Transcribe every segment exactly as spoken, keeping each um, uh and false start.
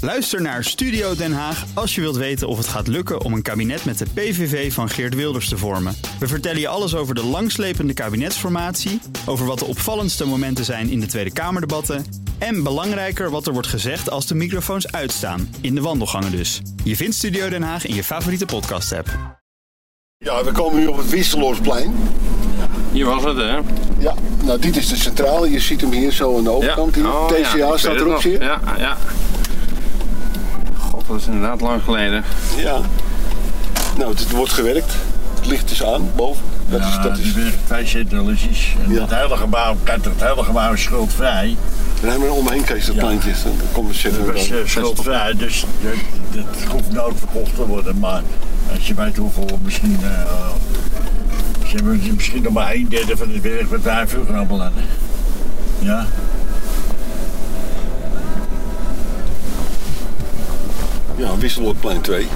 Luister naar Studio Den Haag als je wilt weten of het gaat lukken om een kabinet met de P V V van Geert Wilders te vormen. We vertellen je alles over de langslepende kabinetsformatie, over wat de opvallendste momenten zijn in de Tweede Kamerdebatten en belangrijker wat er wordt gezegd als de microfoons uitstaan, in de wandelgangen dus. Je vindt Studio Den Haag in je favoriete podcast-app. Ja, we komen nu op het Wisseloosplein. Hier was het, hè? Ja, nou dit is de centrale. Je ziet hem hier zo aan de overkant. Ja. Hier. Oh, T C A ja, staat erop, zie je? Ja, ja. God, dat is inderdaad lang geleden. Ja. Nou, het wordt gewerkt. Het licht is aan, boven. Dat ja, is, dat is... twee centralities. En Ja. het hele gebouw, kijk, het hele gebouw is schuldvrij. En hij maar omheen kees dat Ja. pleintje. Dan komt het Het was uh, schuldvrij, dus het hoeft nooit verkocht te worden. Maar als je weet hoeveel, misschien... Uh, ze hebben misschien nog maar een derde van het werkbedrijf verknabbelen. Ja. Ja, Wisseloosplein twee.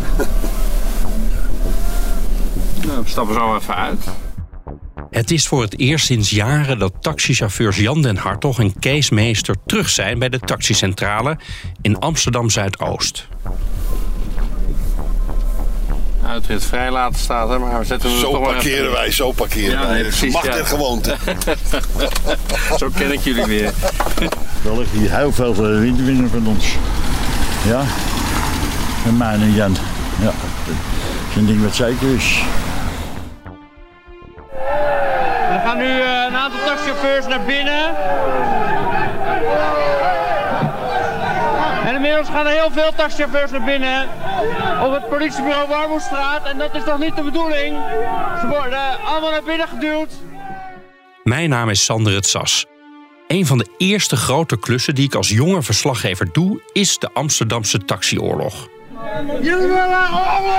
Nou, we stappen zo even uit. Het is voor het eerst sinds jaren dat taxichauffeurs Jan den Hartog en Kees Meester terug zijn bij de taxicentrale in Amsterdam-Zuidoost. Uitrit vrij laten staat, hè, maar we zetten hem Zo toch wel parkeren even... wij, zo parkeren Ja, wij. nee, Het is precies, macht ja. en gewoonte. Zo ken ik jullie weer. Er ligt hier heel veel windwinnen van ons. Ja. En mij en Jan. Ja. Dat is een ding wat zeker is. Er gaan nu uh, een aantal taxichauffeurs naar binnen. En inmiddels gaan er heel veel taxichauffeurs naar binnen op het politiebureau Warmoestraat. En dat is toch niet de bedoeling? Ze worden allemaal naar binnen geduwd. Mijn naam is Sander het Sas. Een van de eerste grote klussen die ik als jonge verslaggever doe, is de Amsterdamse taxioorlog. Jullie willen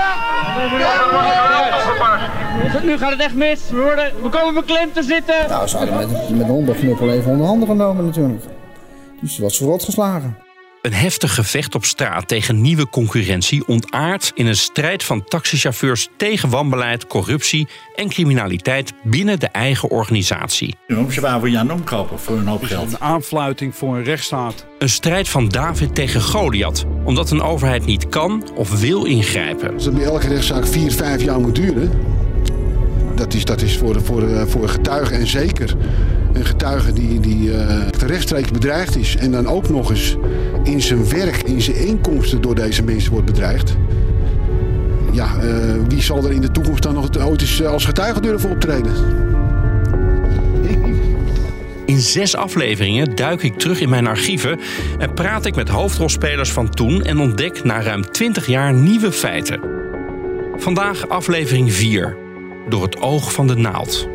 Nu gaat het echt mis. We, worden, we komen beklemd te zitten. Nou, ze hadden met, met een hondenknuppel even onder handen genomen natuurlijk. Dus ze was verrot geslagen. Een heftig gevecht op straat tegen nieuwe concurrentie ontaardt in een strijd van taxichauffeurs tegen wanbeleid, corruptie en criminaliteit binnen de eigen organisatie. Ze waren voor Jan omkopen voor een hoop geld. Een aanfluiting voor een rechtsstaat. Een strijd van David tegen Goliath, omdat een overheid niet kan of wil ingrijpen. Als het bij elke rechtszaak vier, vijf jaar moet duren, dat is, dat is voor, voor, voor getuigen en zeker een getuige die, die uh, rechtstreeks bedreigd is en dan ook nog eens in zijn werk, in zijn inkomsten door deze mensen wordt bedreigd. Ja, uh, wie zal er in de toekomst dan nog ooit eens als getuige durven optreden? In zes afleveringen duik ik terug in mijn archieven en praat ik met hoofdrolspelers van toen en ontdek na ruim twintig jaar nieuwe feiten. Vandaag aflevering vier. Door het oog van de naald.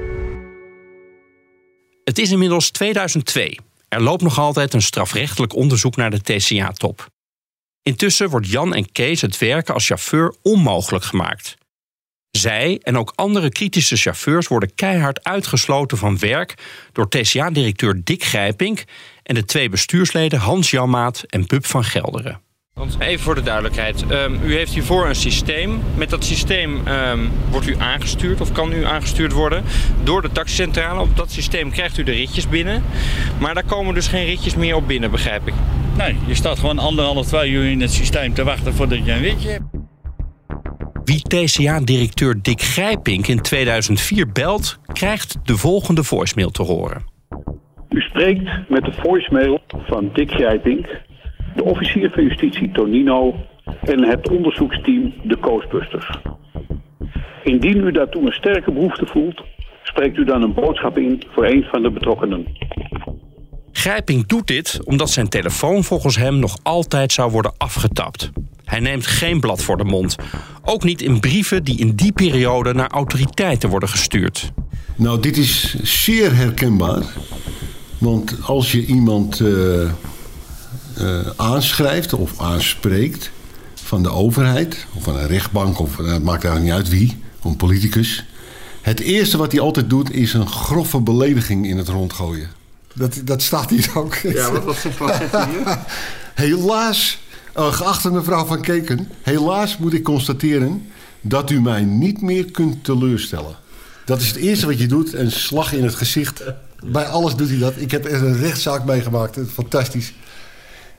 Het is inmiddels tweeduizend twee. Er loopt nog altijd een strafrechtelijk onderzoek naar de T C A-top. Intussen wordt Jan en Kees het werken als chauffeur onmogelijk gemaakt. Zij en ook andere kritische chauffeurs worden keihard uitgesloten van werk door T C A-directeur Dick Grijpink en de twee bestuursleden Hans Janmaat en Bub van Gelderen. Even voor de duidelijkheid. Um, u heeft hiervoor een systeem. Met dat systeem um, wordt u aangestuurd of kan u aangestuurd worden door de taxicentrale. Op dat systeem krijgt u de ritjes binnen. Maar daar komen dus geen ritjes meer op binnen, begrijp ik. Nee, je staat gewoon anderhalf, twee uur in het systeem te wachten voordat je een ritje hebt. Wie T C A-directeur Dick Grijpink in tweeduizend vier belt, krijgt de volgende voicemail te horen. U spreekt met de voicemail van Dick Grijpink, de officier van justitie Tonino en het onderzoeksteam de Coastbusters. Indien u daartoe een sterke behoefte voelt, spreekt u dan een boodschap in voor een van de betrokkenen. Grijpink doet dit omdat zijn telefoon volgens hem nog altijd zou worden afgetapt. Hij neemt geen blad voor de mond. Ook niet in brieven die in die periode naar autoriteiten worden gestuurd. Nou, dit is zeer herkenbaar. Want als je iemand uh, uh, aanschrijft of aanspreekt van de overheid, of van een rechtbank, of uh, het maakt eigenlijk niet uit wie, een politicus. Het eerste wat hij altijd doet is een grove belediging in het rond gooien. Dat, dat staat hier ook. Ja, wat, wat zegt wat zegt hij hier? Helaas, uh, geachte mevrouw Van Keken, helaas moet ik constateren dat u mij niet meer kunt teleurstellen. Dat is het eerste wat je doet, een slag in het gezicht. Bij alles doet hij dat. Ik heb er een rechtszaak meegemaakt, fantastisch.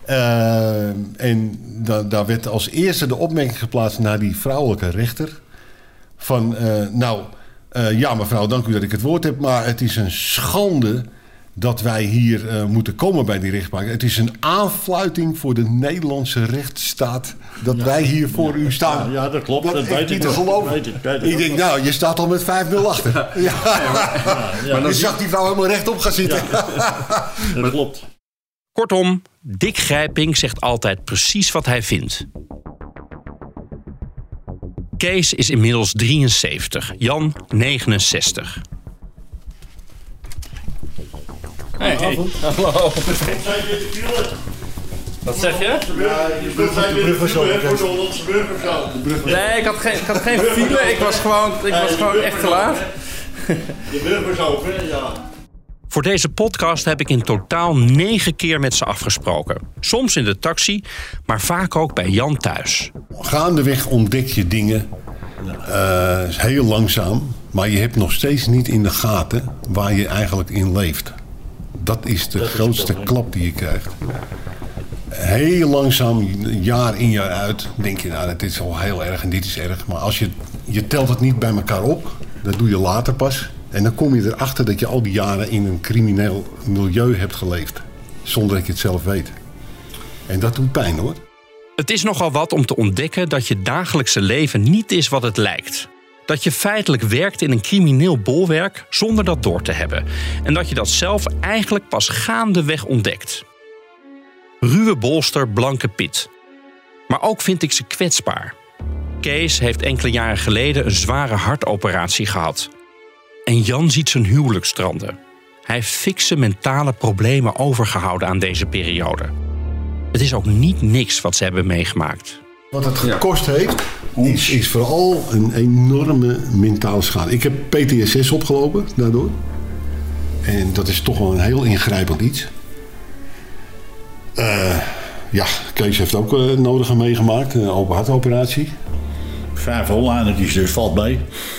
Uh, en da- daar werd als eerste de opmerking geplaatst naar die vrouwelijke rechter. Van, uh, nou, uh, ja mevrouw, dank u dat ik het woord heb. Maar het is een schande dat wij hier uh, moeten komen bij die rechtbank. Het is een aanfluiting voor de Nederlandse rechtsstaat dat ja. wij hier voor ja. u staan. Ja, ja dat klopt. Dat, dat weet niet ik te geloven. Weet ik, weet ik, ik denk, nou, je staat al met vijf nul achter. Ja. Ja. Ja. Ja. Maar dan zag die vrouw helemaal rechtop gaan zitten. Ja. Dat klopt. Kortom, Dick Grijpink zegt altijd precies wat hij vindt. Kees is inmiddels drieënzeventig, Jan negenenzestig. Hey, hey. Hallo. Wat zeg je? Ja, je brug de brug was zo. Voor de Hollandse brug of zo. Nee, ik had geen, ik had geen file. Ik was gewoon, ik was gewoon echt te laat. De brug was open, ja. Voor deze podcast heb ik in totaal negen keer met ze afgesproken. Soms in de taxi, maar vaak ook bij Jan thuis. Gaandeweg ontdek je dingen. Uh, heel langzaam. Maar je hebt nog steeds niet in de gaten waar je eigenlijk in leeft. Dat is de dat grootste is klap die je krijgt. Heel langzaam, jaar in jaar uit, denk je, nou, dit is al heel erg en dit is erg. Maar als je, je telt het niet bij elkaar op, dat doe je later pas. En dan kom je erachter dat je al die jaren in een crimineel milieu hebt geleefd. Zonder dat je het zelf weet. En dat doet pijn, hoor. Het is nogal wat om te ontdekken dat je dagelijkse leven niet is wat het lijkt. Dat je feitelijk werkt in een crimineel bolwerk zonder dat door te hebben. En dat je dat zelf eigenlijk pas gaandeweg ontdekt. Ruwe bolster, blanke Piet. Maar ook vind ik ze kwetsbaar. Kees heeft enkele jaren geleden een zware hartoperatie gehad. En Jan ziet zijn huwelijk stranden. Hij heeft fikse mentale problemen overgehouden aan deze periode. Het is ook niet niks wat ze hebben meegemaakt. Wat het gekost heeft, is, is vooral een enorme mentale schade. Ik heb P T S S opgelopen daardoor. En dat is toch wel een heel ingrijpend iets. Uh, ja, Kees heeft ook uh, nodige meegemaakt. Een open hartoperatie. Vijf Hollanders, dus valt mee.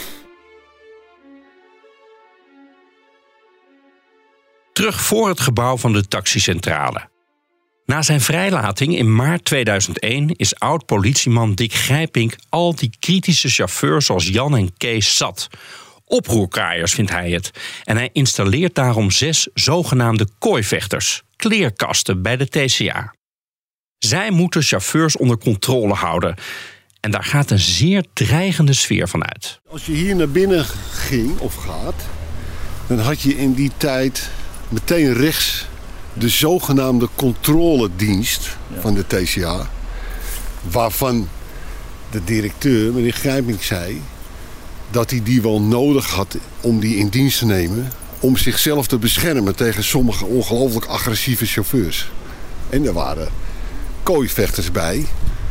Terug voor het gebouw van de taxicentrale. Na zijn vrijlating in maart tweeduizend één is oud-politieman Dick Grijpink al die kritische chauffeurs zoals Jan en Kees zat. Oproerkraaiers vindt hij het. En hij installeert daarom zes zogenaamde kooivechters, kleerkasten bij de T C A. Zij moeten chauffeurs onder controle houden. En daar gaat een zeer dreigende sfeer van uit. Als je hier naar binnen ging of gaat, dan had je in die tijd meteen rechts de zogenaamde controledienst ja. van de T C A. Waarvan de directeur, meneer Grijpink, zei dat hij die wel nodig had om die in dienst te nemen. Om zichzelf te beschermen tegen sommige ongelooflijk agressieve chauffeurs. En er waren kooivechters bij.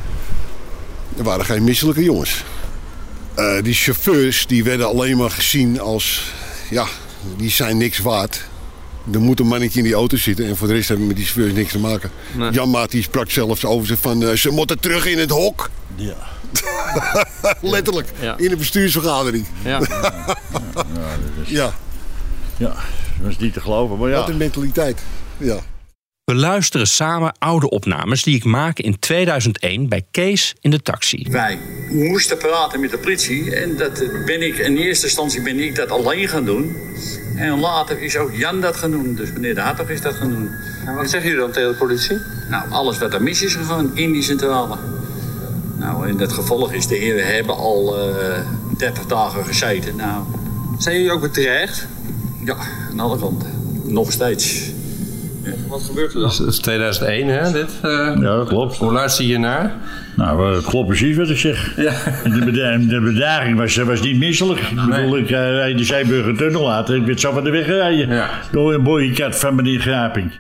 Er waren geen misselijke jongens. Uh, die chauffeurs die werden alleen maar gezien als, ja, die zijn niks waard. Er moet een mannetje in die auto zitten en voor de rest hebben we met die chauffeurs niks te maken. Nee. Jan Maat die sprak zelfs over ze van, uh, ze moeten terug in het hok. Ja. Letterlijk, ja. In de bestuursvergadering. Ja. Ja, ja, dat is... ja. Ja, dat is niet te geloven, maar ja. Wat een mentaliteit, ja. We luisteren samen oude opnames die ik maak in tweeduizend één bij Kees in de taxi. Wij moesten praten met de politie en dat ben ik, in eerste instantie ben ik dat alleen gaan doen. En later is ook Jan dat gaan doen, dus meneer De Hartog is dat gaan doen. En wat zeggen jullie dan tegen de politie? Nou, alles wat er mis is gegaan in die centrale. Nou, en het gevolg is, de heren hebben al uh, dertig dagen gezeten. Nou, zijn jullie ook bedreigd? Ja, aan alle kanten. Nog steeds. Ja. Wat gebeurt er dan? Dat is tweeduizend één, hè, dit? Uh, ja, dat klopt. Hoe luister je naar? Nou, het klopt precies wat ik zeg. Ja. De, beda- de bedaging was, was niet misselijk. Ik nee. bedoel, ik uh, in de Zeeburgertunnel later. Ik werd zo van de weg rijden. Ja. Door een boycott van meneer Grijpink.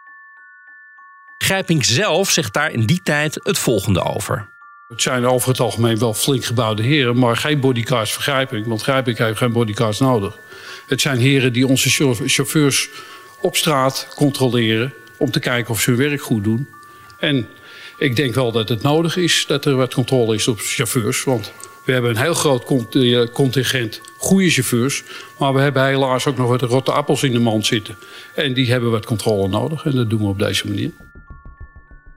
Grijpink zelf zegt daar in die tijd het volgende over. Het zijn over het algemeen wel flink gebouwde heren, maar geen bodyguards voor Grijpink, want Grijpink heeft geen bodyguards nodig. Het zijn heren die onze chauffeurs op straat controleren om te kijken of ze hun werk goed doen. En ik denk wel dat het nodig is dat er wat controle is op chauffeurs, want we hebben een heel groot contingent goede chauffeurs, maar we hebben helaas ook nog wat rotte appels in de mand zitten. En die hebben wat controle nodig en dat doen we op deze manier.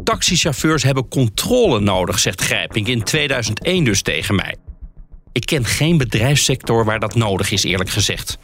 Taxichauffeurs hebben controle nodig, zegt Grijpink in tweeduizend één dus tegen mij. Ik ken geen bedrijfssector waar dat nodig is, eerlijk gezegd.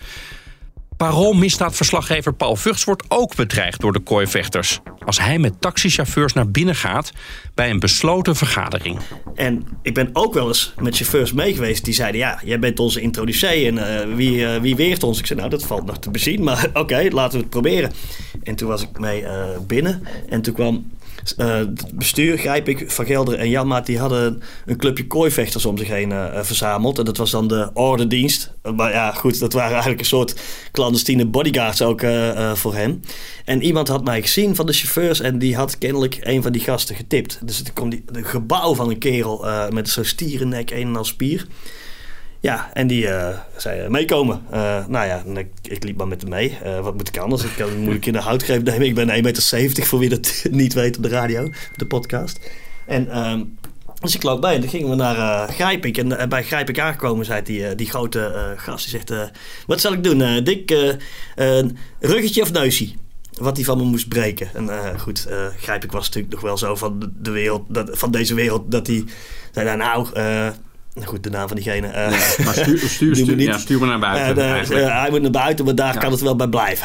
Parool-misdaadverslaggever Paul Vugts wordt ook bedreigd door de kooivechters als hij met taxichauffeurs naar binnen gaat bij een besloten vergadering. En ik ben ook wel eens met chauffeurs mee geweest die zeiden: ja, jij bent onze introducee en uh, wie, uh, wie weert ons? Ik zei: nou, dat valt nog te bezien, maar oké, okay, laten we het proberen. En toen was ik mee uh, binnen en toen kwam Uh, het bestuur, Grijpink, Van Gelder en Janmaat, die hadden een clubje kooivechters om zich heen uh, verzameld. En dat was dan de ordendienst. Maar ja, goed, dat waren eigenlijk een soort clandestine bodyguards ook uh, uh, voor hem. En iemand had mij gezien van de chauffeurs en die had kennelijk een van die gasten getipt. Dus het kwam die, een gebouw van een kerel uh, met zo'n stierennek, een en al spier. Ja, en die uh, zei meekomen. Uh, nou ja, ik, ik liep maar met hem mee. Uh, wat moet ik anders? Ik kan moeilijk in de houtgreep nemen. Ik ben één meter zeventig voor wie dat niet weet op de radio, op de podcast. En um, dus ik loop bij en dan gingen we naar uh, Grijpink. En uh, bij Grijpink aangekomen zei die, uh, die grote uh, gast, die zegt: uh, wat zal ik doen? Uh, Dick, uh, uh, ruggetje of neusie? Wat hij van me moest breken. En uh, goed, uh, Grijpink was natuurlijk nog wel zo van de wereld, dat, van deze wereld, dat hij zei: nou, uh, goed, de naam van diegene. Uh, ja, maar stuur, stuur, stuur, niet. Ja, stuur me naar buiten. Uh, de, uh, hij moet naar buiten, maar daar ja. kan het wel bij blijven.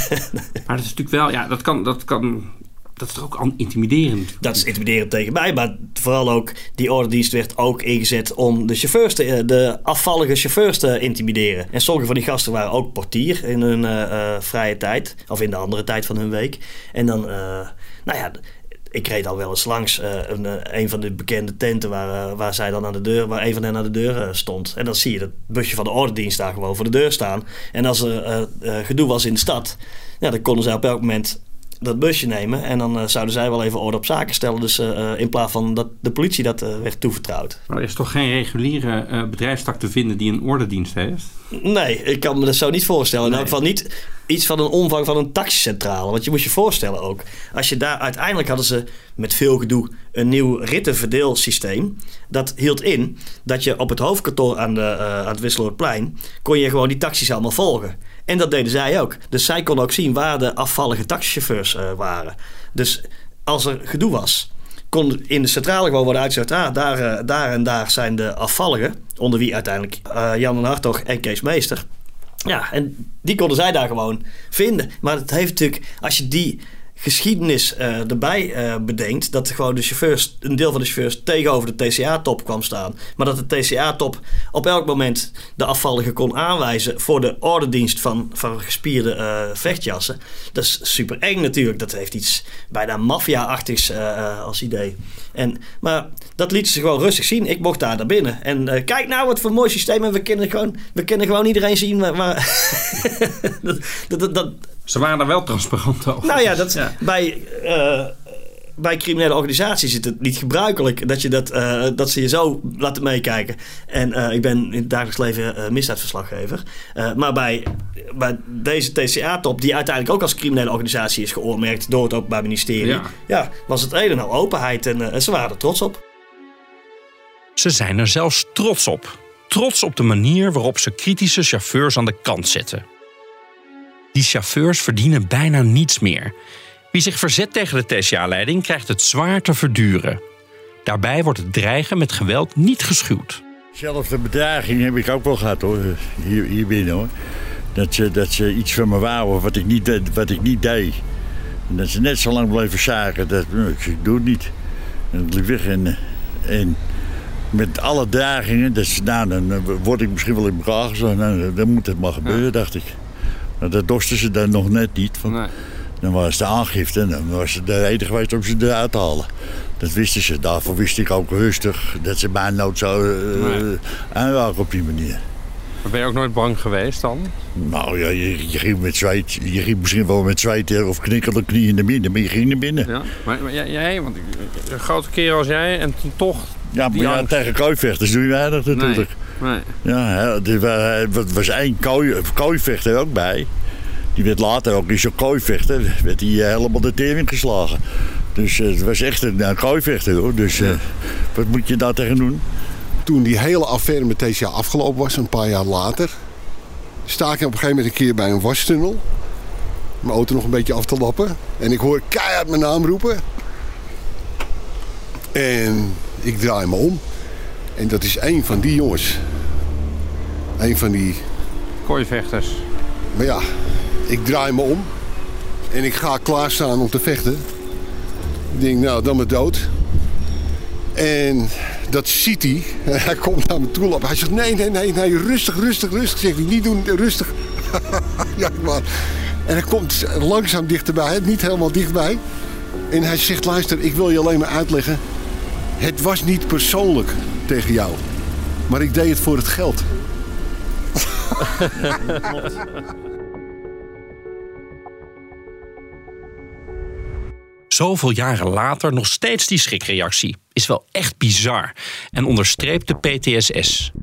Maar dat is natuurlijk wel, ja, dat kan, dat kan, dat is toch ook intimiderend. Dat is intimiderend tegen mij, maar vooral ook die ordendienst werd ook ingezet om de chauffeurs, te, de afvallige chauffeurs te intimideren. En sommige van die gasten waren ook portier in hun uh, uh, vrije tijd, of in de andere tijd van hun week. En dan, uh, nou ja. Ik reed al wel eens langs uh, een, uh, een van de bekende tenten waar, uh, waar zij dan aan de deur, waar een van hen aan de deur uh, stond. En dan zie je dat busje van de ordendienst daar gewoon voor de deur staan. En als er uh, uh, gedoe was in de stad, ja, dan konden zij op elk moment dat busje nemen. En dan uh, zouden zij wel even orde op zaken stellen. Dus uh, in plaats van dat de politie dat uh, werd toevertrouwd. Maar er is toch geen reguliere uh, bedrijfstak te vinden die een ordendienst heeft? Nee, ik kan me dat zo niet voorstellen. Nee. In elk geval niet iets van een omvang van een taxicentrale. Want je moet je voorstellen ook. Als je daar uiteindelijk hadden ze met veel gedoe een nieuw rittenverdeelsysteem. Dat hield in dat je op het hoofdkantoor aan, de, uh, aan het Wisseloordplein kon je gewoon die taxis allemaal volgen. En dat deden zij ook. Dus zij konden ook zien waar de afvallige taxichauffeurs uh, waren. Dus als er gedoe was, kon in de centrale gewoon worden uitgezet: ah, daar, uh, daar en daar zijn de afvalligen. Onder wie uiteindelijk uh, Jan en Hartog en Kees Meester. Ja, en die konden zij daar gewoon vinden. Maar het heeft natuurlijk, als je die geschiedenis uh, erbij uh, bedenkt, dat gewoon de chauffeurs, een deel van de chauffeurs tegenover de T C A-top kwam staan. Maar dat de T C A-top op elk moment de afvallige kon aanwijzen voor de ordendienst van, van gespierde uh, vechtjassen. Dat is super eng natuurlijk. Dat heeft iets bijna maffia-achtigs uh, uh, als idee. En, maar dat lieten ze gewoon rustig zien. Ik mocht daar naar binnen. En uh, kijk nou wat voor een mooi systeem. En we kunnen gewoon, we kunnen gewoon iedereen zien. Maar, maar dat, dat, dat, dat, ze waren daar wel transparant over. Nou ja, dat, ja. Bij, uh, bij criminele organisaties is het niet gebruikelijk dat, je dat, uh, dat ze je zo laten meekijken. En uh, ik ben in het dagelijks leven uh, misdaadverslaggever. Uh, maar bij, bij deze T C A-top, die uiteindelijk ook als criminele organisatie is geoormerkt door het Openbaar Ministerie, ja. Ja, was het een en al openheid en uh, ze waren er trots op. Ze zijn er zelfs trots op. Trots op de manier waarop ze kritische chauffeurs aan de kant zetten. Die chauffeurs verdienen bijna niets meer. Wie zich verzet tegen de T C A-leiding krijgt het zwaar te verduren. Daarbij wordt het dreigen met geweld niet geschuwd. Zelfde bedreiging heb ik ook wel gehad hoor, hier, hier binnen hoor. Dat ze, dat ze iets van me wouden wat ik niet, wat ik niet deed. En dat ze net zo lang bleven zagen, dat ik doe het niet. En dat liep weg en, en met alle dreigingen, dat ze, nou, dan word ik misschien wel in elkaar geslagen. Nou, dan moet het maar gebeuren, ja. Dacht ik. Maar dat dorsten ze dan nog net niet. Van, nee. Dan was de aangifte en dan was het de reden geweest om ze eruit te halen. Dat wisten ze. Daarvoor wist ik ook rustig dat ze bij nood zouden uh, nee. aanraken op die manier. Maar ben je ook nooit bang geweest dan? Nou ja, je, je ging met zweet. Je ging misschien wel met zweet of knikkende knieën naar binnen, maar je ging naar binnen. Ja, maar, maar jij, want een grote kerel als jij en toch. Ja, maar ja, tegen kooivechters doe je weinig natuurlijk. Nee, nee. Ja, er was één kooi, kooivechter ook bij. Die werd later ook in zo'n kooivechter, werd hij helemaal de tering geslagen. Dus uh, het was echt een, een kooivechter hoor. Dus uh, wat moet je daar tegen doen? Toen die hele affaire met T C A afgelopen was, een paar jaar later, sta ik op een gegeven moment een keer bij een wastunnel. Mijn auto nog een beetje af te lappen. En ik hoor keihard mijn naam roepen. En ik draai me om. En dat is één van die jongens. Een van die... Kooivechters. Maar ja, ik draai me om. En ik ga klaarstaan om te vechten. Ik denk, nou, dan maar dood. En dat ziet hij. Hij komt naar me toe lopen. Hij zegt, nee, nee, nee, nee, rustig, rustig, rustig. Zegt hij, niet doen, rustig. Ja, maar... En hij komt langzaam dichterbij, niet helemaal dichtbij. En hij zegt, luister, ik wil je alleen maar uitleggen. Het was niet persoonlijk tegen jou. Maar ik deed het voor het geld. Zoveel jaren later nog steeds die schrikreactie. Is wel echt bizar en onderstreept de P T S S.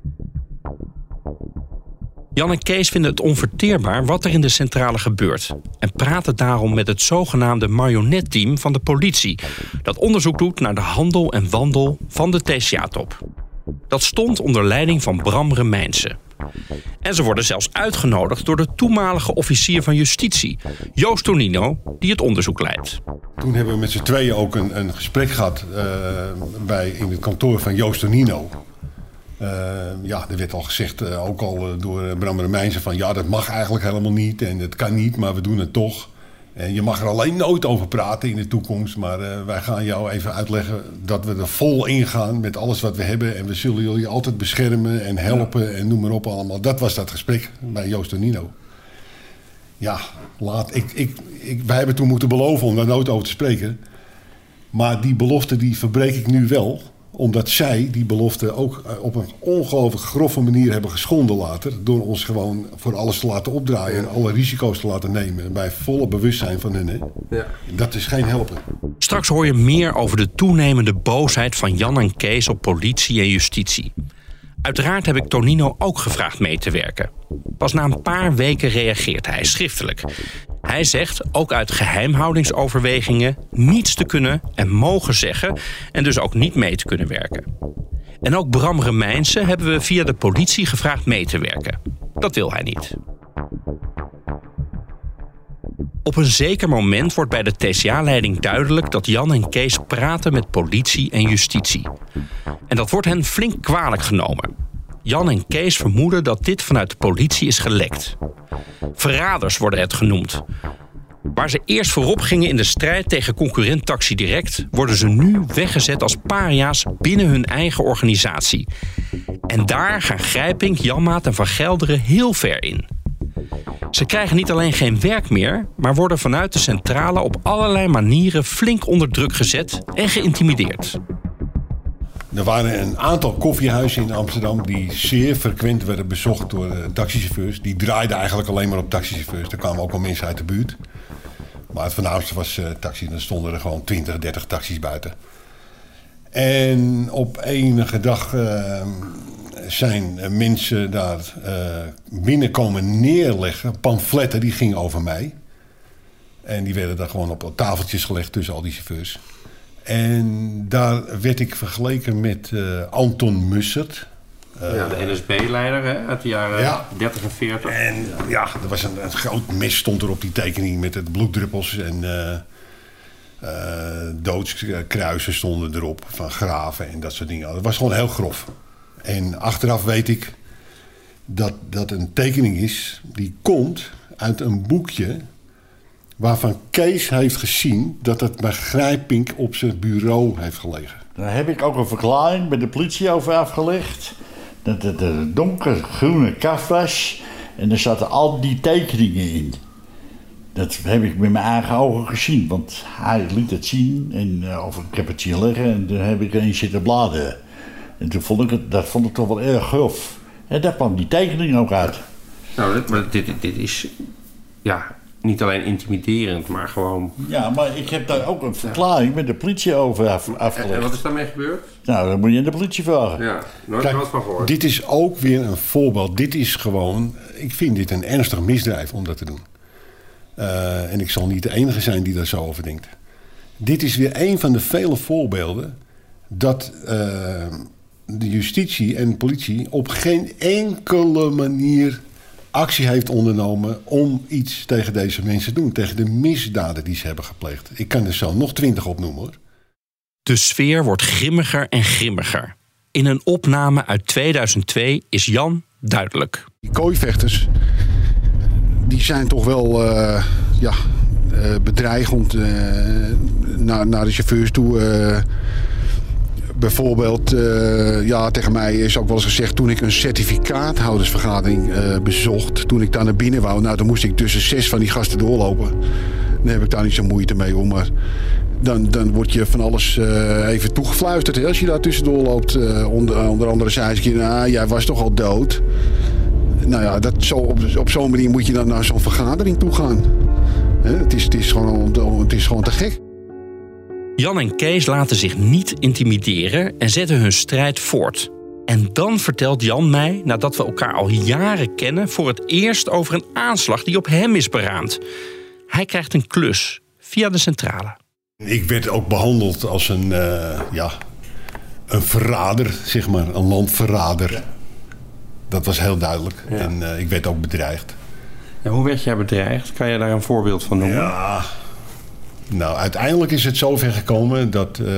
Jan en Kees vinden het onverteerbaar wat er in de centrale gebeurt. En praten daarom met het zogenaamde marionetteam van de politie. Dat onderzoek doet naar de handel en wandel van de T C A-top. Dat stond onder leiding van Bram Remijnse. En ze worden zelfs uitgenodigd door de toenmalige officier van justitie, Joost Tonino, die het onderzoek leidt. Toen hebben we met z'n tweeën ook een, een gesprek gehad uh, bij, in het kantoor van Joost Tonino. Uh, ja, er werd al gezegd, uh, ook al uh, door Bram Remijnse, van ja, dat mag eigenlijk helemaal niet en het kan niet, maar we doen het toch. En je mag er alleen nooit over praten in de toekomst, maar uh, wij gaan jou even uitleggen dat we er vol in gaan met alles wat we hebben en we zullen jullie altijd beschermen en helpen ja. en noem maar op allemaal. Dat was dat gesprek bij Joost Tonino. Ja, laat, ik, ik, ik, wij hebben toen moeten beloven om daar nooit over te spreken, maar die belofte die verbreek ik nu wel. Omdat zij die belofte ook op een ongelooflijk grove manier hebben geschonden later. Door ons gewoon voor alles te laten opdraaien en alle risico's te laten nemen. Bij volle bewustzijn van hen. Hè. Ja. Dat is geen helpen. Straks hoor je meer over de toenemende boosheid van Jan en Kees op politie en justitie. Uiteraard heb ik Tonino ook gevraagd mee te werken. Pas na een paar weken reageert hij schriftelijk. Hij zegt, ook uit geheimhoudingsoverwegingen, niets te kunnen en mogen zeggen en dus ook niet mee te kunnen werken. En ook Bram Remijnse hebben we via de politie gevraagd mee te werken. Dat wil hij niet. Op een zeker moment wordt bij de T C A-leiding duidelijk dat Jan en Kees praten met politie en justitie. En dat wordt hen flink kwalijk genomen. Jan en Kees vermoeden dat dit vanuit de politie is gelekt. Verraders worden het genoemd. Waar ze eerst voorop gingen in de strijd tegen concurrent Taxi Direct, worden ze nu weggezet als paria's binnen hun eigen organisatie. En daar gaan Grijpink, Janmaat en Van Gelderen heel ver in. Ze krijgen niet alleen geen werk meer, maar worden vanuit de centrale op allerlei manieren flink onder druk gezet en geïntimideerd. Er waren een aantal koffiehuizen in Amsterdam die zeer frequent werden bezocht door uh, taxichauffeurs. Die draaiden eigenlijk alleen maar op taxichauffeurs. Er kwamen ook wel mensen uit de buurt. Maar het voornaamste was uh, taxi. Dan stonden er gewoon twintig, dertig taxis buiten. En op enige dag uh, zijn uh, mensen daar uh, binnenkomen neerleggen. Pamfletten, die gingen over mij. En die werden daar gewoon op tafeltjes gelegd tussen al die chauffeurs. En daar werd ik vergeleken met uh, Anton Mussert. Uh, ja, de N S B-leider hè, uit de jaren ja. dertig en veertig. En ja, er was een, een groot mes stond er op die tekening met het bloeddruppels. En uh, uh, doodskruisen stonden erop van graven en dat soort dingen. Dat was gewoon heel grof. En achteraf weet ik dat dat een tekening is die komt uit een boekje waarvan Kees heeft gezien dat het bij Grijpink op zijn bureau heeft gelegen. Daar heb ik ook een verklaring bij de politie over afgelegd. Dat het een donkergroene kaf was. En er zaten al die tekeningen in. Dat heb ik met mijn eigen ogen gezien. Want hij liet het zien. En, uh, of ik heb het zien liggen. En toen heb ik erin zitten bladeren. En toen vond ik het, dat vond ik toch wel erg grof. En daar kwam die tekening ook uit. Nou, dit, maar dit, dit is... Ja... Niet alleen intimiderend, maar gewoon... Ja, maar ik heb daar ook een verklaring met de politie over af, afgelegd. En wat is daarmee gebeurd? Nou, dan moet je aan de politie vragen. Ja, nooit Kijk, wat van gehoord. Dit is ook weer een voorbeeld. Dit is gewoon... Ik vind dit een ernstig misdrijf om dat te doen. Uh, en ik zal niet de enige zijn die daar zo over denkt. Dit is weer een van de vele voorbeelden dat uh, de justitie en de politie op geen enkele manier actie heeft ondernomen om iets tegen deze mensen te doen. Tegen de misdaden die ze hebben gepleegd. Ik kan er zo nog twintig opnoemen hoor. De sfeer wordt grimmiger en grimmiger. In een opname uit tweeduizend twee is Jan duidelijk. Die kooivechters, die zijn toch wel uh, ja, uh, bedreigend uh, naar, naar de chauffeurs toe. Uh, bijvoorbeeld, uh, ja, tegen mij is ook wel eens gezegd, toen ik een certificaathoudersvergadering uh, bezocht, toen ik daar naar binnen wou, nou, dan moest ik tussen zes van die gasten doorlopen. Dan heb ik daar niet zo moeite mee om, maar dan, dan word je van alles uh, even toegefluisterd. Hè? Als je daar tussendoor loopt, uh, onder, onder andere zei ze, nou, jij was toch al dood. Nou ja, dat, zo, op, op zo'n manier moet je dan naar zo'n vergadering toe gaan. Hè? Het, is, het, is gewoon, het is gewoon te gek. Jan en Kees laten zich niet intimideren en zetten hun strijd voort. En dan vertelt Jan mij, nadat we elkaar al jaren kennen, voor het eerst over een aanslag die op hem is beraamd. Hij krijgt een klus via de centrale. Ik werd ook behandeld als een, uh, ja, een verrader, zeg maar, een landverrader. Ja. Dat was heel duidelijk. Ja. En uh, ik werd ook bedreigd. Ja, hoe werd jij bedreigd? Kan je daar een voorbeeld van noemen? Ja, nou, uiteindelijk is het zover gekomen dat uh,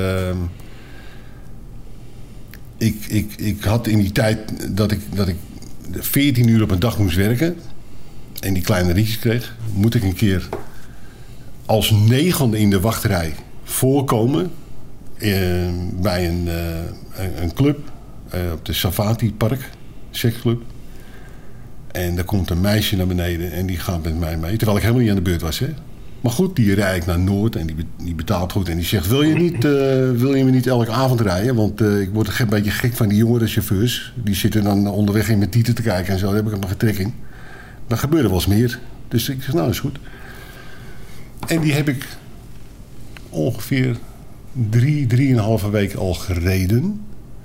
ik, ik, ik had in die tijd dat ik, dat ik veertien uur op een dag moest werken en die kleine rietjes kreeg, moet ik een keer als negende in de wachtrij voorkomen uh, bij een, uh, een, een club uh, op de Savati Park, seksclub. En daar komt een meisje naar beneden en die gaat met mij mee, terwijl ik helemaal niet aan de beurt was, hè. Maar goed, die rijd ik naar Noord en die, die betaalt goed. En die zegt, wil je, niet, uh, wil je me niet elke avond rijden? Want uh, ik word een beetje gek van die jongere chauffeurs. Die zitten dan onderweg in mijn tieten te kijken en zo. Daar heb ik nog geen trek in. Dan gebeurde wel eens meer. Dus ik zeg, nou, is goed. En die heb ik ongeveer drie, drieënhalve week al gereden.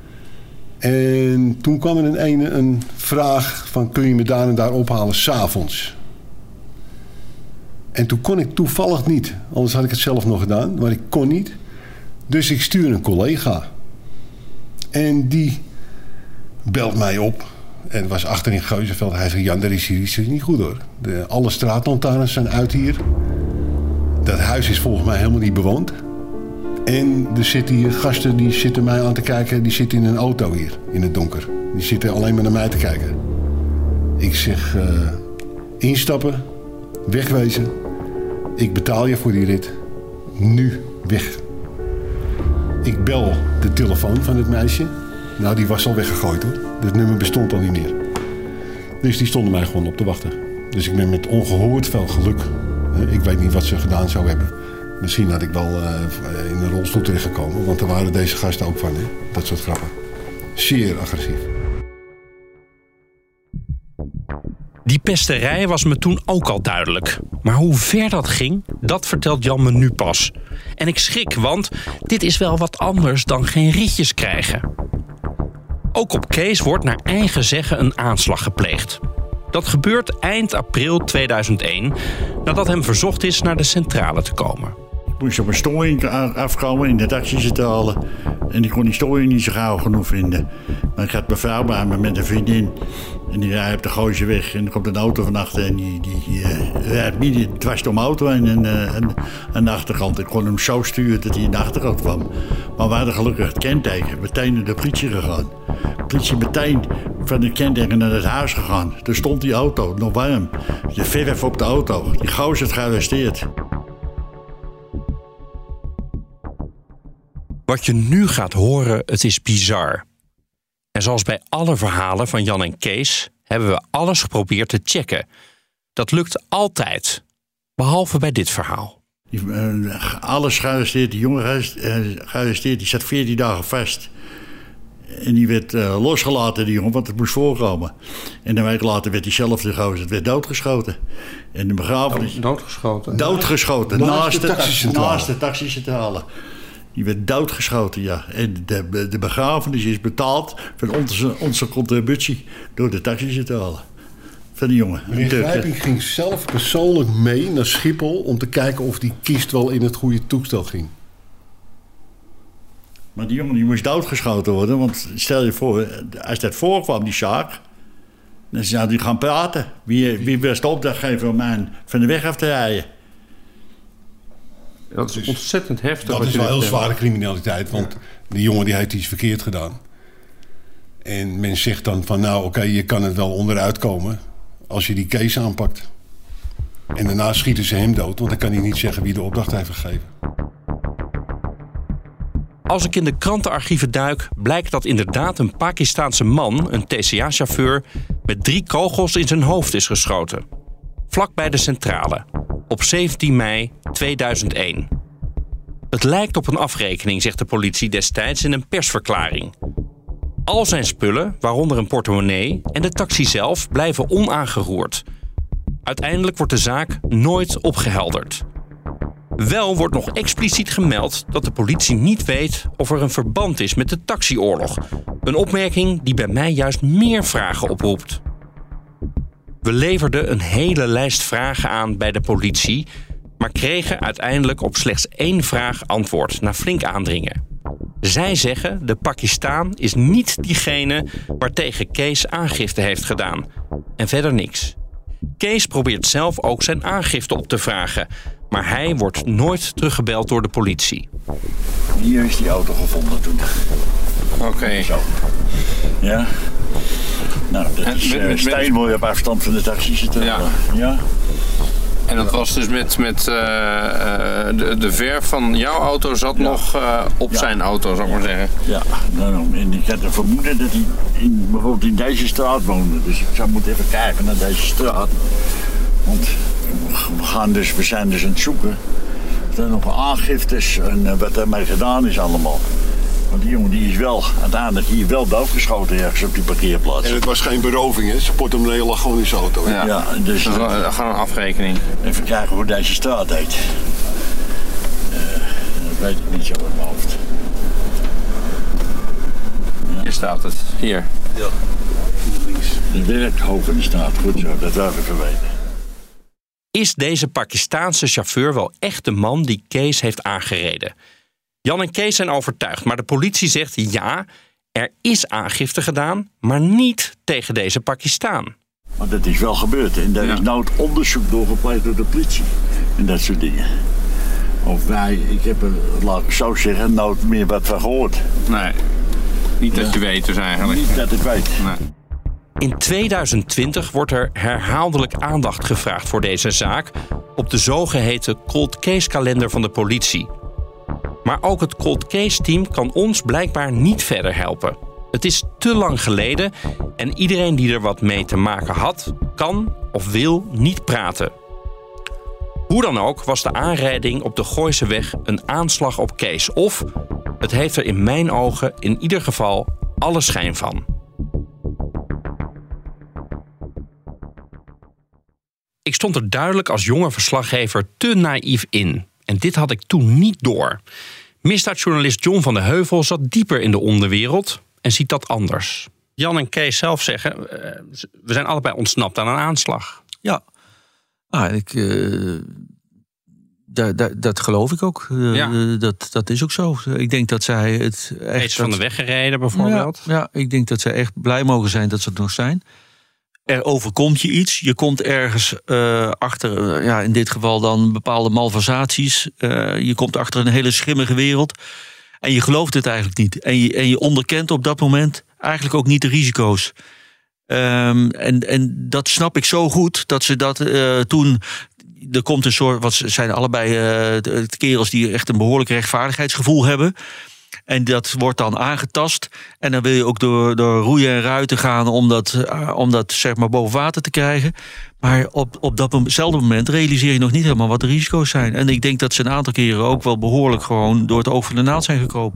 En toen kwam er een ene een vraag van, kun je me daar en daar ophalen 's avonds? En toen kon ik toevallig niet. Anders had ik het zelf nog gedaan. Maar ik kon niet. Dus ik stuur een collega. En die belt mij op. En het was achter in Geuzenveld. Hij zegt, Jan, daar is hier iets niet goed hoor. De, alle straatlantaarns zijn uit hier. Dat huis is volgens mij helemaal niet bewoond. En er zitten hier gasten die zitten mij aan te kijken. Die zitten in een auto hier. In het donker. Die zitten alleen maar naar mij te kijken. Ik zeg, uh, instappen. Wegwezen. Ik betaal je voor die rit. Nu weg. Ik bel de telefoon van het meisje. Nou, die was al weggegooid hoor. Het nummer bestond al niet meer. Dus die stonden mij gewoon op te wachten. Dus ik ben met ongehoord veel geluk. Ik weet niet wat ze gedaan zou hebben. Misschien had ik wel uh, in een rolstoel terechtgekomen. Want er waren deze gasten ook van. Hè? Dat soort grappen. Zeer agressief. Die pesterij was me toen ook al duidelijk. Maar hoe ver dat ging, dat vertelt Jan me nu pas. En ik schrik, want dit is wel wat anders dan geen rietjes krijgen. Ook op Kees wordt naar eigen zeggen een aanslag gepleegd. Dat gebeurt eind april tweeduizend één, nadat hem verzocht is naar de centrale te komen. Ik moest op een storing afkomen in de taxi zitten halen. En ik kon die storing niet zo gauw genoeg vinden. Maar ik had mijn vrouw bij me met een vriendin. En die rijdt op de Gooise weg. En er komt een auto van achter. En die, die uh, rijdt midden dwars door mijn auto en een, een, een achterkant. Ik kon hem zo sturen dat hij in de achterkant kwam. Maar we hadden gelukkig het kenteken. Meteen naar de politie gegaan. De politie meteen van het kenteken naar het huis gegaan. Daar stond die auto, nog warm. De verf op de auto. Die gozer is gearresteerd. Wat je nu gaat horen, het is bizar. En zoals bij alle verhalen van Jan en Kees hebben we alles geprobeerd te checken. Dat lukt altijd, behalve bij dit verhaal. Die, uh, alles gearresteerd, die jongen gearresteerd, die zat veertien dagen vast. En die werd uh, losgelaten, die jongen, want het moest voorkomen. En een week later werd diezelfde gozer werd doodgeschoten. En de begrafenis... Doodgeschoten? Doodgeschoten, naast, naast, de, taxicentrale. naast de taxicentrale. Die werd doodgeschoten, ja. En de, de begrafenis is betaald van onze, onze contributie door de taxicentrale. Van die jongen. Meneer Grijping ging zelf persoonlijk mee naar Schiphol om te kijken of die kist wel in het goede toestel ging. Maar die jongen die moest doodgeschoten worden, want stel je voor, als dat voorkwam, die zaak, dan zou die gaan praten. Wie, wie was de opdrachtgever om aan van de weg af te rijden? Dat is Dus ontzettend heftig. Dat wat is je wel heel net zware zegt. criminaliteit. Want die jongen die heeft iets verkeerd gedaan. En men zegt dan van nou oké, okay, je kan het wel onderuit komen als je die case aanpakt. En daarna schieten ze hem dood, want dan kan hij niet zeggen wie de opdracht heeft gegeven. Als ik in de krantenarchieven duik, blijkt dat inderdaad een Pakistaanse man, een T C A-chauffeur, met drie kogels in zijn hoofd is geschoten. Vlak bij de centrale, op zeventien mei tweeduizend één. Het lijkt op een afrekening, zegt de politie destijds in een persverklaring. Al zijn spullen, waaronder een portemonnee en de taxi zelf, blijven onaangeroerd. Uiteindelijk wordt de zaak nooit opgehelderd. Wel wordt nog expliciet gemeld dat de politie niet weet of er een verband is met de taxioorlog. Een opmerking die bij mij juist meer vragen oproept. We leverden een hele lijst vragen aan bij de politie, maar kregen uiteindelijk op slechts één vraag antwoord na flink aandringen. Zij zeggen de Pakistaan is niet diegene waartegen Kees aangifte heeft gedaan. En verder niks. Kees probeert zelf ook zijn aangifte op te vragen, maar hij wordt nooit teruggebeld door de politie. Hier is die auto gevonden toen. Oké. Okay. Zo. Ja. Nou, dat is uh, steenmooi op afstand van de taxi zitten. Ja. Ja. En dat was dus met, met uh, uh, de, de verf van jouw auto zat ja. nog uh, op ja. zijn auto, zou ik maar zeggen. Ja, nou, en ik had een vermoeden dat hij in, bijvoorbeeld in deze straat woonde. Dus ik zou moeten even kijken naar deze straat. Want we, gaan dus, we zijn dus aan het zoeken of er nog aangiftes en uh, wat ermee gedaan is allemaal. Want die jongen die is wel uiteindelijk hier wel doodgeschoten ergens op die parkeerplaats. En het was geen beroving, hè? Zijn portemonnee lag gewoon in zijn auto. Ja, ja dus dat is uh, gewoon een afrekening. Even kijken hoe deze straat heet. Uh, dat weet ik niet zo in mijn hoofd. Ja. Hier staat het, hier. Ja, links. De Werkhoven staat, goed zo, dat zou ik even weten. Is deze Pakistaanse chauffeur wel echt de man die Kees heeft aangereden? Jan en Kees zijn overtuigd, maar de politie zegt ja, er is aangifte gedaan, maar niet tegen deze Pakistaan. Maar dat is wel gebeurd en daar ja. is nou het onderzoek doorgepleegd door de politie en dat soort dingen. Of wij, ik heb er, laat ik zo zeggen, nooit meer wat van gehoord. Nee, niet dat ja. je weet dus eigenlijk. Niet dat ik weet. Nee. In tweeduizend twintig wordt er herhaaldelijk aandacht gevraagd voor deze zaak op de zogeheten cold case kalender van de politie. Maar ook het cold case team kan ons blijkbaar niet verder helpen. Het is te lang geleden en iedereen die er wat mee te maken had, kan of wil niet praten. Hoe dan ook was de aanrijding op de Gooiseweg een aanslag op Kees. Of het heeft er in mijn ogen in ieder geval alle schijn van. Ik stond er duidelijk als jonge verslaggever te naïef in. En dit had ik toen niet door. Misdaadjournalist John van de Heuvel zat dieper in de onderwereld en ziet dat anders. Jan en Kees zelf zeggen, uh, we zijn allebei ontsnapt aan een aanslag. Ja, ah, ik, uh, da, da, dat geloof ik ook. Uh, ja. dat, dat is ook zo. Ik denk dat zij het echt... Is van de weg gereden bijvoorbeeld. Ja, ja, ik denk dat zij echt blij mogen zijn dat ze het nog zijn. Er overkomt je iets. Je komt ergens uh, achter, uh, ja, in dit geval dan bepaalde malversaties. Uh, je komt achter een hele schimmige wereld. En je gelooft het eigenlijk niet. En je, en je onderkent op dat moment eigenlijk ook niet de risico's. Um, en, en dat snap ik zo goed, dat ze dat uh, toen... Er komt een soort, wat zijn allebei uh, de kerels die echt een behoorlijk rechtvaardigheidsgevoel hebben. En dat wordt dan aangetast. En dan wil je ook door, door roeien en ruiten gaan om dat, uh, om dat zeg maar boven water te krijgen. Maar op, op datzelfde moment realiseer je nog niet helemaal wat de risico's zijn. En ik denk dat ze een aantal keren ook wel behoorlijk gewoon door het oog van de naald zijn gekropen.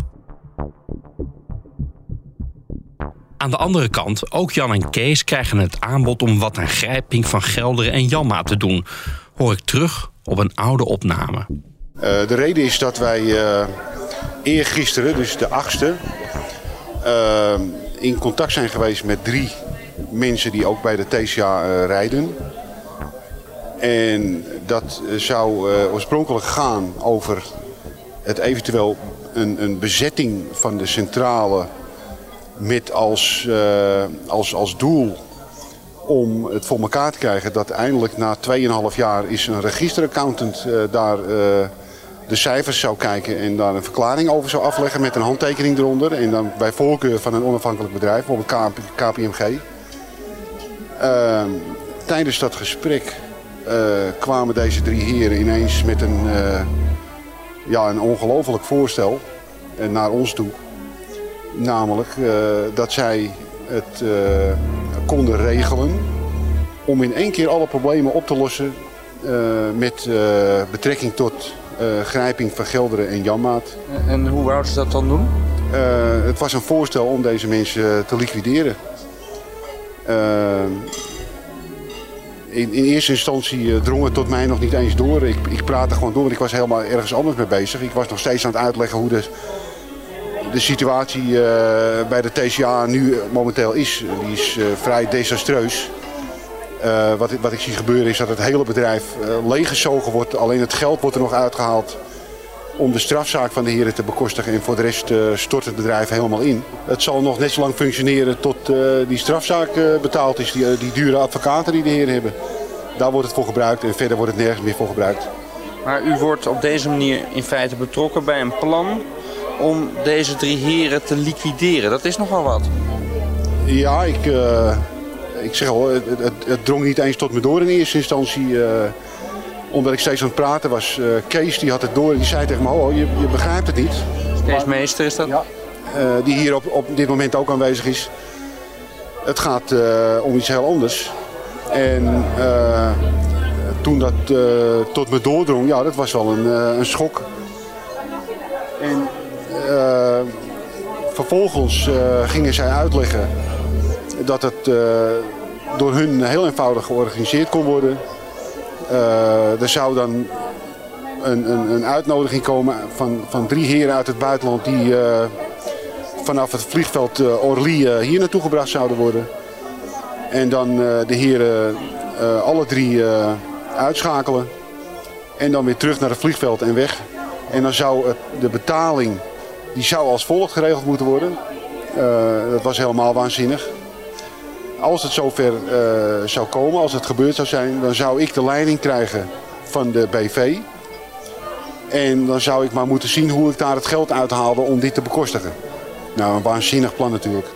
Aan de andere kant, ook Jan en Kees krijgen het aanbod om wat aan Grijping, Van Gelderen en Janma te doen. Hoor ik terug op een oude opname. Uh, de reden is dat wij uh, eergisteren, dus de achtste, uh, in contact zijn geweest met drie mensen die ook bij de T C A uh, rijden. En dat zou uh, oorspronkelijk gaan over het eventueel een, een bezetting van de centrale met als, uh, als, als doel om het voor elkaar te krijgen dat eindelijk na twee komma vijf jaar is een registeraccountant uh, daar uh, de cijfers zou kijken en daar een verklaring over zou afleggen met een handtekening eronder. En dan bij voorkeur van een onafhankelijk bedrijf, bijvoorbeeld K P M G. Uh, tijdens dat gesprek uh, kwamen deze drie heren ineens met een, uh, ja, een ongelooflijk voorstel uh, naar ons toe. Namelijk uh, dat zij het uh, konden regelen om in één keer alle problemen op te lossen uh, met uh, betrekking tot uh, Grijpink, Van Gelderen en Janmaat. En hoe wouden ze dat dan doen? Uh, het was een voorstel om deze mensen te liquideren. Uh, in, in eerste instantie uh, drong het tot mij nog niet eens door. Ik, ik praatte gewoon door, want ik was helemaal ergens anders mee bezig. Ik was nog steeds aan het uitleggen hoe de, de situatie uh, bij de T C A nu momenteel is. Die is uh, vrij desastreus. Uh, wat, wat ik zie gebeuren is dat het hele bedrijf uh, leeggezogen wordt. Alleen het geld wordt er nog uitgehaald om de strafzaak van de heren te bekostigen. En voor de rest uh, stort het bedrijf helemaal in. Het zal nog net zo lang functioneren tot uh, die strafzaak uh, betaald is. Die, uh, die dure advocaten die de heren hebben. Daar wordt het voor gebruikt en verder wordt het nergens meer voor gebruikt. Maar u wordt op deze manier in feite betrokken bij een plan om deze drie heren te liquideren. Dat is nogal wat. Ja, ik, uh, ik zeg al, het, het, het drong niet eens tot me door in eerste instantie. Uh, omdat ik steeds aan het praten was. Uh, Kees die had het door en die zei tegen me, oh, je, je begrijpt het niet. Kees Meester is dat? Ja. Uh, die hier op, op dit moment ook aanwezig is. Het gaat uh, om iets heel anders. En uh, toen dat uh, tot me doordrong, ja, dat was wel een, uh, een schok. En uh, vervolgens uh, gingen zij uitleggen dat het uh, door hun heel eenvoudig georganiseerd kon worden. Uh, er zou dan een, een, een uitnodiging komen van, van drie heren uit het buitenland die uh, vanaf het vliegveld uh, Orly uh, hier naartoe gebracht zouden worden. En dan uh, de heren uh, alle drie uh, uitschakelen en dan weer terug naar het vliegveld en weg. En dan zou het, de betaling, die zou als volgt geregeld moeten worden. Uh, dat was helemaal waanzinnig. Als het zover uh, zou komen, als het gebeurd zou zijn, dan zou ik de leiding krijgen van de B V. En dan zou ik maar moeten zien hoe ik daar het geld uithaalde om dit te bekostigen. Nou, een waanzinnig plan natuurlijk.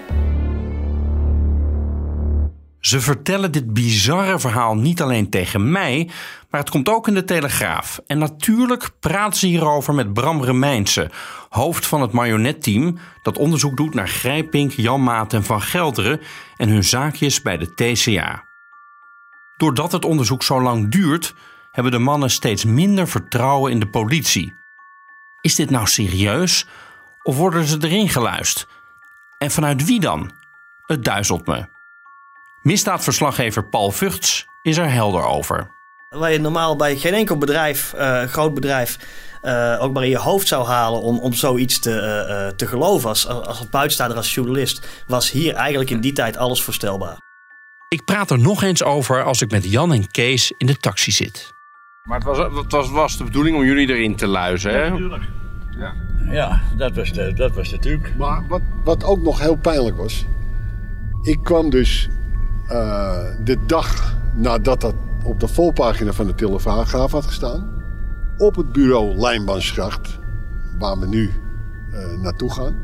Ze vertellen dit bizarre verhaal niet alleen tegen mij, maar het komt ook in de Telegraaf. En natuurlijk praten ze hierover met Bram Remijnse, hoofd van het marionetteam dat onderzoek doet naar Grijpink, Janmaat en Van Gelderen en hun zaakjes bij de T C A. Doordat het onderzoek zo lang duurt, hebben de mannen steeds minder vertrouwen in de politie. Is dit nou serieus of worden ze erin geluisterd? En vanuit wie dan? Het duizelt me. Misdaadverslaggever Paul Vugts is er helder over. Waar je normaal bij geen enkel bedrijf, uh, groot bedrijf, uh, ook maar in je hoofd zou halen om, om zoiets te, uh, te geloven als, als buitenstaander, als journalist, was hier eigenlijk in die tijd alles voorstelbaar. Ik praat er nog eens over als ik met Jan en Kees in de taxi zit. Maar het was, het was, was de bedoeling om jullie erin te luizen, hè? Ja, natuurlijk. Ja, ja dat, was de, dat was de truc. Maar wat, wat ook nog heel pijnlijk was, ik kwam dus uh, de dag nadat dat op de voorpagina van de Telegraaf had gestaan, op het bureau Lijnbansgracht, waar we nu uh, naartoe gaan.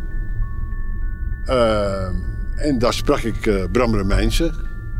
Uh, en daar sprak ik uh, Bram Remijnse.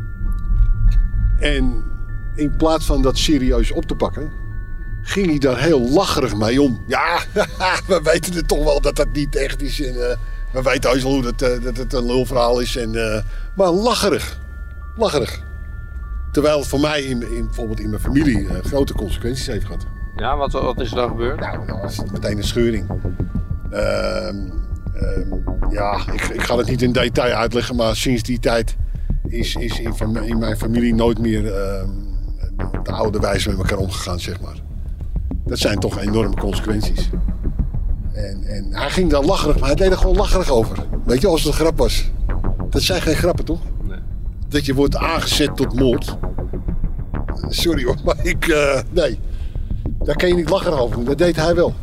En in plaats van dat serieus op te pakken, ging hij daar heel lacherig mee om. Ja, we weten het toch wel dat dat niet echt is. En, uh, we weten heus wel hoe dat, uh, dat het een lulverhaal is. En, uh, maar lacherig. Lacherig. Terwijl het voor mij in, in, bijvoorbeeld in mijn familie uh, grote consequenties heeft gehad. Ja, wat, wat is er dan gebeurd? Nou, dan was het meteen een scheuring. Uh, uh, ja, ik, ik ga het niet in detail uitleggen, maar sinds die tijd is, is in, in mijn familie nooit meer uh, de oude wijze met elkaar omgegaan, zeg maar. Dat zijn toch enorme consequenties. En, en hij ging daar lacherig, maar hij deed er gewoon lacherig over. Weet je, als het een grap was. Dat zijn geen grappen, toch? Nee. Dat je wordt aangezet tot moord. Sorry hoor, maar ik... Uh, nee. Daar kan je niet lacherig over doen. Dat deed hij wel.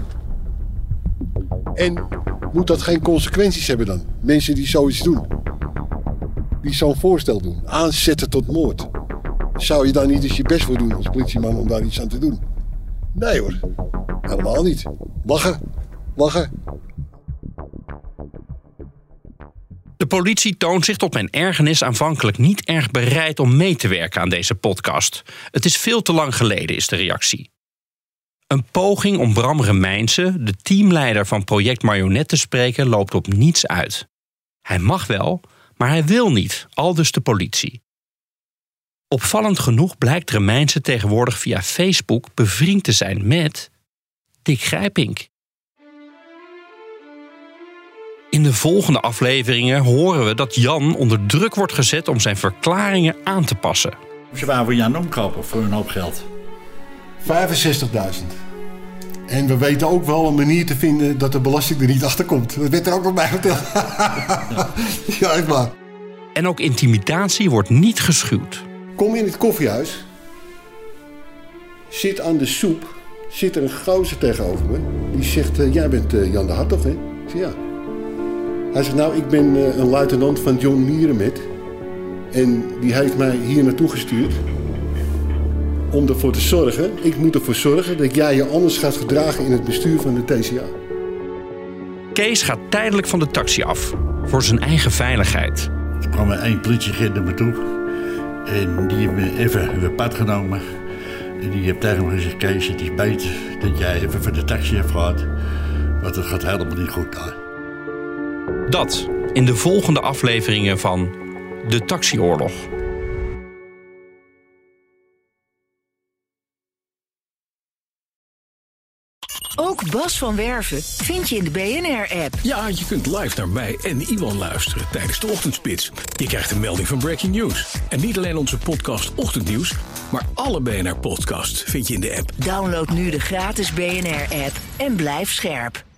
En moet dat geen consequenties hebben dan? Mensen die zoiets doen. Die zo'n voorstel doen. Aanzetten tot moord. Zou je daar niet eens je best voor doen als politieman om daar iets aan te doen? Nee hoor. Helemaal niet. Lachen. Lachen. De politie toont zich tot mijn ergernis aanvankelijk niet erg bereid om mee te werken aan deze podcast. Het is veel te lang geleden, is de reactie. Een poging om Bram Remijnse, de teamleider van Project Marionet, te spreken, loopt op niets uit. Hij mag wel, maar hij wil niet, aldus de politie. Opvallend genoeg blijkt Remijnse tegenwoordig via Facebook bevriend te zijn met Dick Grijpink. In de volgende afleveringen horen we dat Jan onder druk wordt gezet om zijn verklaringen aan te passen. Ze waren voor Jan omkopen voor een hoop geld. vijfenzestigduizend. En we weten ook wel een manier te vinden dat de belasting er niet achter komt. Dat werd er ook nog bij verteld. Ja, ja echt waar. En ook intimidatie wordt niet geschuwd. Kom in het koffiehuis. Zit aan de soep. Zit er een gozer tegenover me. Die zegt, uh, jij bent uh, Jan de Hartog, hè? Ik zeg, ja. Hij zegt, nou, ik ben uh, een luitenant van John Mierenmet. En die heeft mij hier naartoe gestuurd. Om ervoor te zorgen, ik moet ervoor zorgen dat jij je anders gaat gedragen in het bestuur van de T C A. Kees gaat tijdelijk van de taxi af. Voor zijn eigen veiligheid. Er kwam één politieagent naar me toe. En die heeft me even in het pad genomen. En die heeft tegen me gezegd, Kees, het is beter dat jij even van de taxi hebt gehad. Want het gaat helemaal niet goed daar. Dat in de volgende afleveringen van De Taxioorlog. Ook Bas van Werven vind je in de B N R-app. Ja, je kunt live naar mij en Iwan luisteren tijdens de ochtendspits. Je krijgt een melding van Breaking News. En niet alleen onze podcast Ochtendnieuws, maar alle B N R-podcasts vind je in de app. Download nu de gratis B N R-app en blijf scherp.